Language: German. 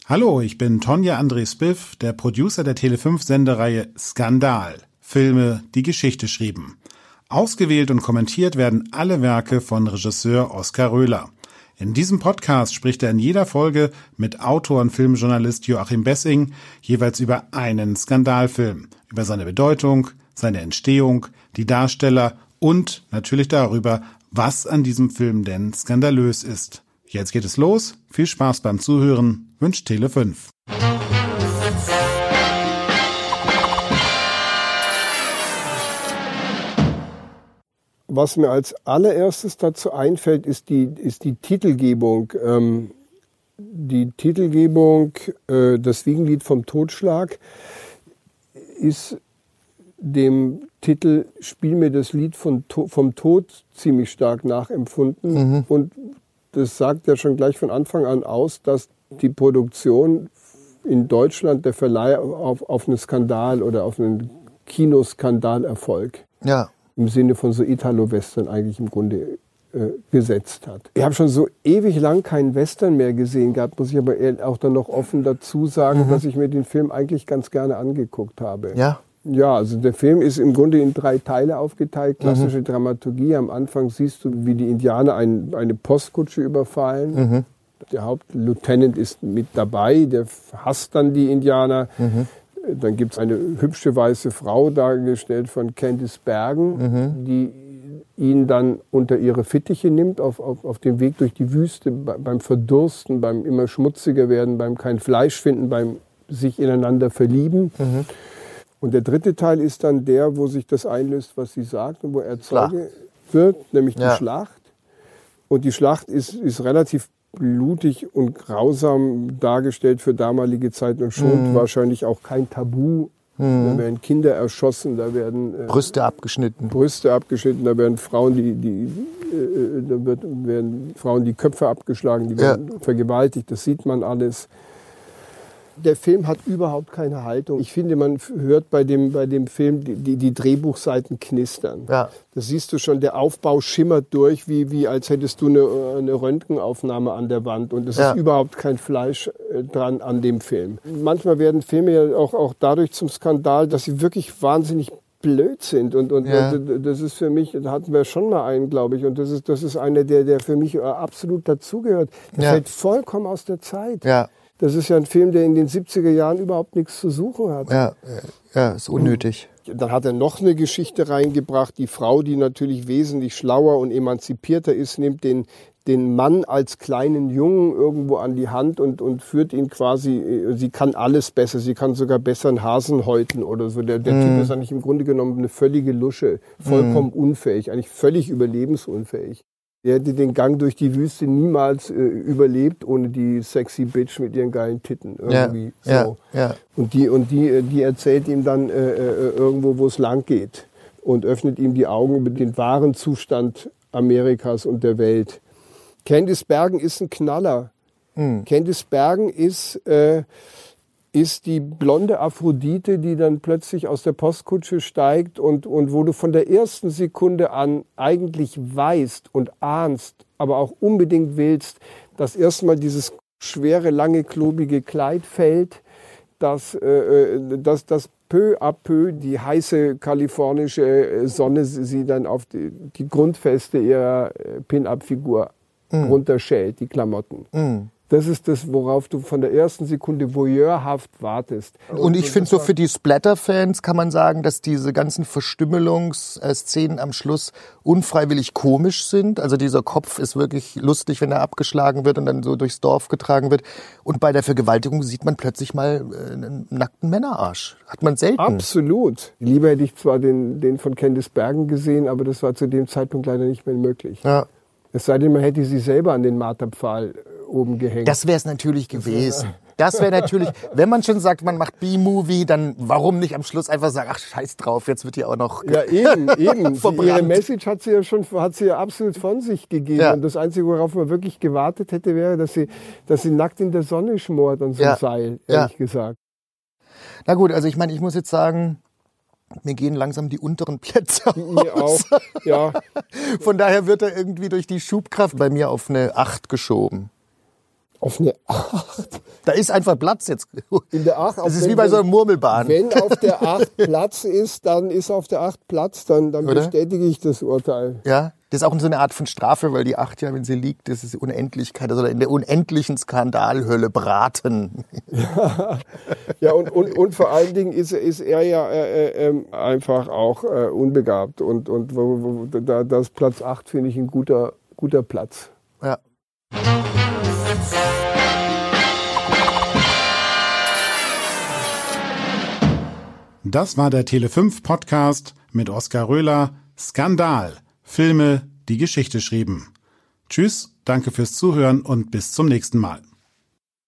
Hallo, ich bin Tonja André Spiff, der Producer der Tele5-Sendereihe Skandal. Filme, die Geschichte schrieben. Ausgewählt und kommentiert werden alle Werke von Regisseur Oskar Röhler. In diesem Podcast spricht er in jeder Folge mit Autor und Filmjournalist Joachim Bessing jeweils über einen Skandalfilm, über seine Bedeutung, seine Entstehung, die Darsteller und natürlich darüber, was an diesem Film denn skandalös ist. Jetzt geht es los. Viel Spaß beim Zuhören. Wünscht Tele5. Was mir als allererstes dazu einfällt, ist die Titelgebung. Die Titelgebung, das Wiegenlied vom Totschlag, ist dem Titel Spiel mir das Lied vom Tod ziemlich stark nachempfunden. Mhm. Und das sagt ja schon gleich von Anfang an aus, dass die Produktion in Deutschland, der Verleih auf einen Skandal oder auf einen Kinoskandal-Erfolg im Sinne von so Italo-Western eigentlich im Grunde gesetzt hat. Ich habe schon so ewig lang keinen Western mehr gesehen gehabt, muss ich aber auch dann noch offen dazu sagen, dass ich mir den Film eigentlich ganz gerne angeguckt habe. Ja? Ja, also der Film ist im Grunde in 3 Teile aufgeteilt, klassische Dramaturgie. Am Anfang siehst du, wie die Indianer eine Postkutsche überfallen. Mhm. Der Hauptlieutenant ist mit dabei, der hasst dann die Indianer. Mhm. Dann gibt es eine hübsche weiße Frau, dargestellt von Candice Bergen, die ihn dann unter ihre Fittiche nimmt, auf dem Weg durch die Wüste, beim Verdursten, beim immer schmutziger werden, beim kein Fleisch finden, beim sich ineinander verlieben. Mhm. Und der 3. Teil ist dann der, wo sich das einlöst, was sie sagt und wo er Zeuge wird, nämlich die Schlacht. Und die Schlacht ist relativ blutig und grausam dargestellt für damalige Zeiten und schont wahrscheinlich auch kein Tabu. Da werden Kinder erschossen, da werden Brüste abgeschnitten, da werden Frauen, werden Frauen die Köpfe abgeschlagen, die werden vergewaltigt, das sieht man alles. Der Film hat überhaupt keine Haltung. Ich finde, man hört bei dem Film die Drehbuchseiten knistern. Ja. Das siehst du schon, der Aufbau schimmert durch, wie als hättest du eine Röntgenaufnahme an der Wand. Und es ist überhaupt kein Fleisch dran an dem Film. Manchmal werden Filme ja auch dadurch zum Skandal, dass sie wirklich wahnsinnig blöd sind. Und das ist für mich, da hatten wir schon mal einen, glaube ich. Und das ist einer, der für mich absolut dazugehört. Der fällt vollkommen aus der Zeit. Ja. Das ist ja ein Film, der in den 70er Jahren überhaupt nichts zu suchen hat. Ja, ist unnötig. Dann hat er noch eine Geschichte reingebracht. Die Frau, die natürlich wesentlich schlauer und emanzipierter ist, nimmt den Mann als kleinen Jungen irgendwo an die Hand und führt ihn quasi, sie kann alles besser, sie kann sogar besser einen Hasen häuten oder so. Der Typ ist eigentlich im Grunde genommen eine völlige Lusche, vollkommen unfähig, eigentlich völlig überlebensunfähig. Der hätte den Gang durch die Wüste niemals überlebt, ohne die sexy Bitch mit ihren geilen Titten. Irgendwie so. Ja. Und die erzählt ihm dann irgendwo, wo es lang geht. Und öffnet ihm die Augen über den wahren Zustand Amerikas und der Welt. Candice Bergen ist ein Knaller. Candice Bergen ist die blonde Aphrodite, die dann plötzlich aus der Postkutsche steigt und wo du von der ersten Sekunde an eigentlich weißt und ahnst, aber auch unbedingt willst, dass erstmal dieses schwere, lange, klobige Kleid fällt, dass peu à peu die heiße kalifornische Sonne sie dann auf die Grundfeste ihrer Pin-Up-Figur runterschält, die Klamotten. Das ist das, worauf du von der ersten Sekunde voyeurhaft wartest. Und ich finde so für die Splatter-Fans kann man sagen, dass diese ganzen Verstümmelungsszenen am Schluss unfreiwillig komisch sind. Also dieser Kopf ist wirklich lustig, wenn er abgeschlagen wird und dann so durchs Dorf getragen wird. Und bei der Vergewaltigung sieht man plötzlich mal einen nackten Männerarsch. Hat man selten. Absolut. Lieber hätte ich zwar den von Candice Bergen gesehen, aber das war zu dem Zeitpunkt leider nicht mehr möglich. Ja. Es sei denn, man hätte sie selber an den Marterpfahl oben gehängt. Das wäre es natürlich gewesen. Das wäre natürlich, wenn man schon sagt, man macht B-Movie, dann warum nicht am Schluss einfach sagen, ach scheiß drauf, jetzt wird die auch noch eben. Ihre Message hat sie ja absolut von sich gegeben. Ja. Und das Einzige, worauf man wirklich gewartet hätte, wäre, dass sie nackt in der Sonne schmort an so einem Seil, ehrlich gesagt. Na gut, also ich meine, ich muss jetzt sagen, mir gehen langsam die unteren Plätze aus. Mir auch, ja. Von daher wird er irgendwie durch die Schubkraft bei mir auf eine 8 geschoben. Auf eine 8? Da ist einfach Platz jetzt. In der 8, das ist wie bei so einer Murmelbahn. Wenn auf der 8 Platz ist, dann ist auf der 8 Platz, dann bestätige ich das Urteil. Ja, das ist auch so eine Art von Strafe, weil die 8 ja, wenn sie liegt, das ist Unendlichkeit, also in der unendlichen Skandalhölle braten. Ja, und vor allen Dingen ist er ja einfach auch unbegabt. Und das Platz 8 finde ich ein guter Platz. Ja. Das war der Tele5 Podcast mit Oskar Röhler. Skandal. Filme, die Geschichte schrieben. Tschüss, danke fürs Zuhören und bis zum nächsten Mal.